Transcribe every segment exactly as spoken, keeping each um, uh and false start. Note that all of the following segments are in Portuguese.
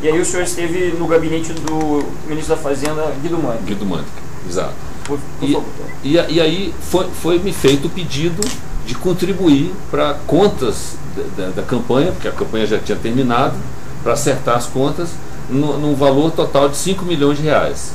E aí o senhor esteve no gabinete do ministro da Fazenda, Guido Mantega. Guido Mantega, exato. Por, por e, favor. E, e aí foi, foi me feito o pedido de contribuir para contas da, da, da campanha, porque a campanha já tinha terminado, para acertar as contas, no, num valor total de cinco milhões de reais.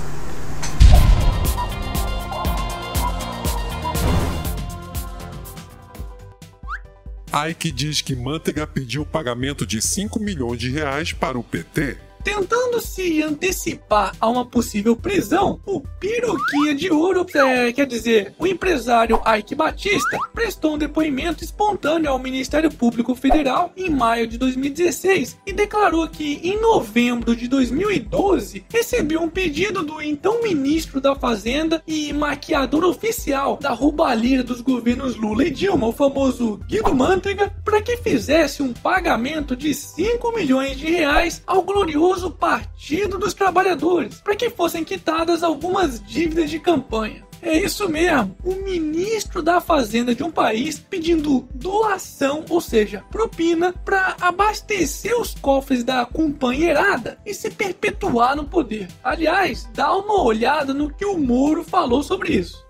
Aike diz que Mantega pediu o pagamento de cinco milhões de reais para o P T. Tentando se antecipar a uma possível prisão, o Piroquinha de Ouro, é, quer dizer, o empresário Aike Batista, prestou um depoimento espontâneo ao Ministério Público Federal em maio de dois mil e dezesseis e declarou que, em novembro de dois mil e doze, recebeu um pedido do então ministro da Fazenda e maquiador oficial da roubalheira dos governos Lula e Dilma, o famoso Guido Mantega, para que fizesse um pagamento de cinco milhões de reais ao glorioso Partido dos Trabalhadores, para que fossem quitadas algumas dívidas de campanha. É isso mesmo, o ministro da Fazenda de um país pedindo doação, ou seja, propina, para abastecer os cofres da companheirada e se perpetuar no poder. Aliás, dá uma olhada no que o Moro falou sobre isso.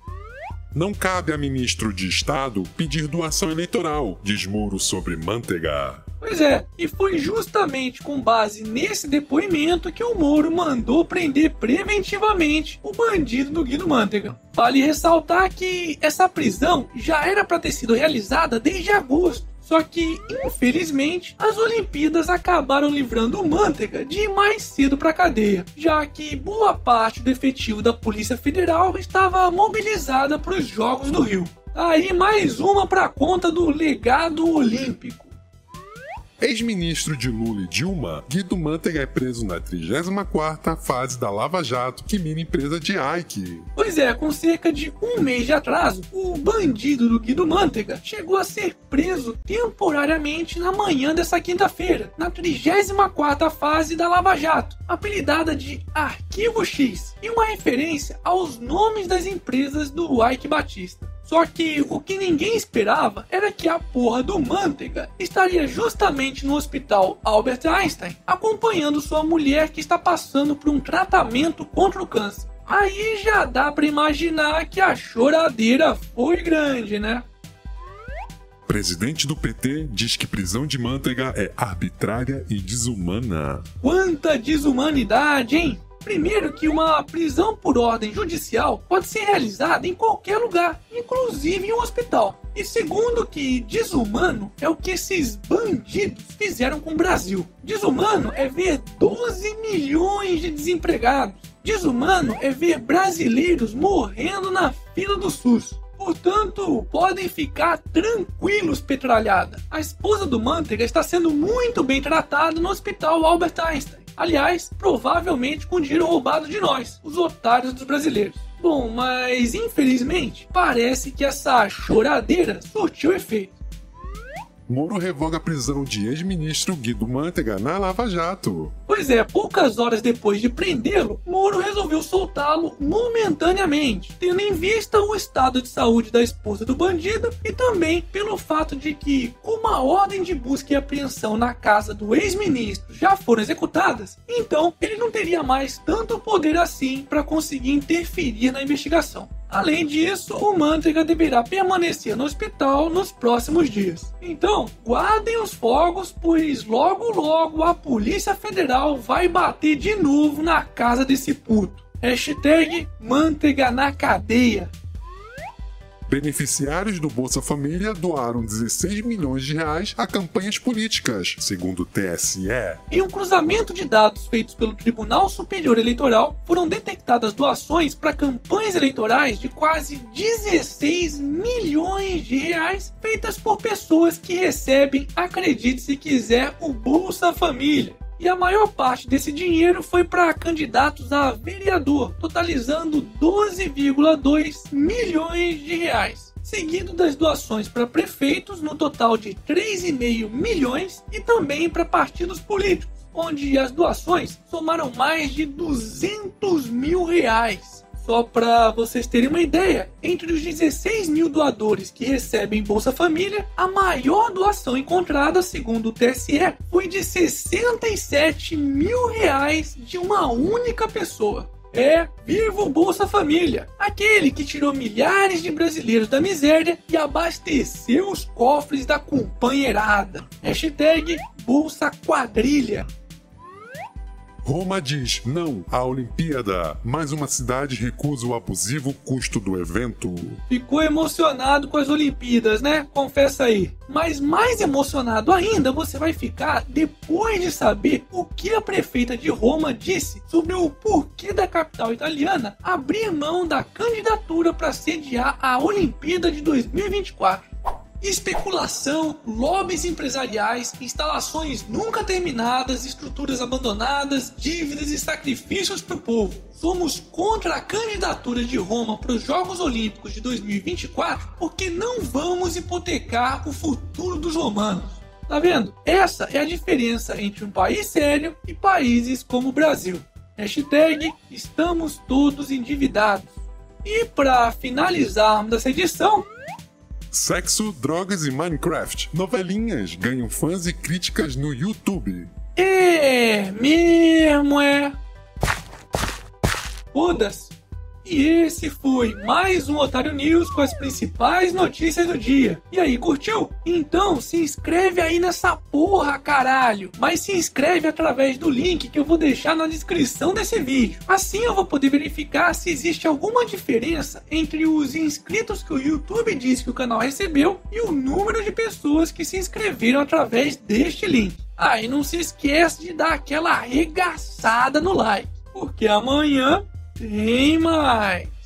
Não cabe a ministro de Estado pedir doação eleitoral, diz Moro sobre Mantega. Pois é, e foi justamente com base nesse depoimento que o Moro mandou prender preventivamente o bandido do Guido Mantega. Vale ressaltar que essa prisão já era para ter sido realizada desde agosto. Só que, infelizmente, as Olimpíadas acabaram livrando o Mantega de ir mais cedo para a cadeia, já que boa parte do efetivo da Polícia Federal estava mobilizada para os Jogos do Rio. Aí mais uma para conta do legado olímpico. Ex-ministro de Lula e Dilma, Guido Mantega é preso na trigésima quarta fase da Lava Jato, que mira empresa de Aike. Pois é, com cerca de um mês de atraso, o bandido do Guido Mantega chegou a ser preso temporariamente na manhã dessa quinta-feira, na trigésima quarta fase da Lava Jato, apelidada de Arquivo X, e uma referência aos nomes das empresas do Aike Batista. Só que o que ninguém esperava era que a porra do Mantega estaria justamente no hospital Albert Einstein, acompanhando sua mulher que está passando por um tratamento contra o câncer. Aí já dá pra imaginar que a choradeira foi grande, né? Presidente do P T diz que prisão de Mantega é arbitrária e desumana. Quanta desumanidade, hein? Primeiro que uma prisão por ordem judicial pode ser realizada em qualquer lugar, inclusive em um hospital. E segundo que desumano é o que esses bandidos fizeram com o Brasil. Desumano é ver doze milhões de desempregados. Desumano é ver brasileiros morrendo na fila do SUS. Portanto, podem ficar tranquilos, petralhada. A esposa do Mantega está sendo muito bem tratada no hospital Albert Einstein. Aliás, provavelmente com dinheiro roubado de nós, os otários dos brasileiros. Bom, mas infelizmente, parece que essa choradeira surtiu efeito. Moro revoga a prisão de ex-ministro Guido Mantega na Lava Jato. Pois é, poucas horas depois de prendê-lo, Moro resolveu soltá-lo momentaneamente, tendo em vista o estado de saúde da esposa do bandido e também pelo fato de que, como a ordem de busca e apreensão na casa do ex-ministro já foram executadas, então ele não teria mais tanto poder assim para conseguir interferir na investigação. Além disso, o Mantega deverá permanecer no hospital nos próximos dias. Então, guardem os fogos, pois logo logo a Polícia Federal vai bater de novo na casa desse puto. Hashtag Mantega na cadeia. Beneficiários do Bolsa Família doaram dezesseis milhões de reais a campanhas políticas, segundo o T S E. Em um cruzamento de dados feitos pelo Tribunal Superior Eleitoral, foram detectadas doações para campanhas eleitorais de quase dezesseis milhões de reais feitas por pessoas que recebem, acredite se quiser, o Bolsa Família. E a maior parte desse dinheiro foi para candidatos a vereador, totalizando doze vírgula dois milhões de reais. Seguido das doações para prefeitos, no total de três vírgula cinco milhões, e também para partidos políticos, onde as doações somaram mais de duzentos mil reais. Só para vocês terem uma ideia, entre os dezesseis mil doadores que recebem Bolsa Família, a maior doação encontrada, segundo o T S E, foi de sessenta e sete mil reais de uma única pessoa. É, viva o Bolsa Família, aquele que tirou milhares de brasileiros da miséria e abasteceu os cofres da companheirada. Hashtag Bolsa Quadrilha. Roma diz não à Olimpíada, mas uma cidade recusa o abusivo custo do evento. Ficou emocionado com as Olimpíadas, né? Confessa aí. Mas mais emocionado ainda você vai ficar depois de saber o que a prefeita de Roma disse sobre o porquê da capital italiana abrir mão da candidatura para sediar a Olimpíada de dois mil e vinte e quatro. Especulação, lobbies empresariais, instalações nunca terminadas, estruturas abandonadas, dívidas e sacrifícios para o povo. Somos contra a candidatura de Roma para os Jogos Olímpicos de dois mil e vinte e quatro porque não vamos hipotecar o futuro dos romanos. Tá vendo? Essa é a diferença entre um país sério e países como o Brasil. Hashtag estamos todos endividados. E para finalizarmos essa edição... Sexo, drogas e Minecraft. Novelinhas ganham fãs e críticas no YouTube. É mesmo, é. Foda-se. E esse foi mais um Otário News com as principais notícias do dia. E aí, curtiu? Então se inscreve aí nessa porra, caralho. Mas se inscreve através do link que eu vou deixar na descrição desse vídeo. Assim eu vou poder verificar se existe alguma diferença entre os inscritos que o YouTube diz que o canal recebeu e o número de pessoas que se inscreveram através deste link. Ah, e não se esquece de dar aquela arregaçada no like, porque amanhã tem mais.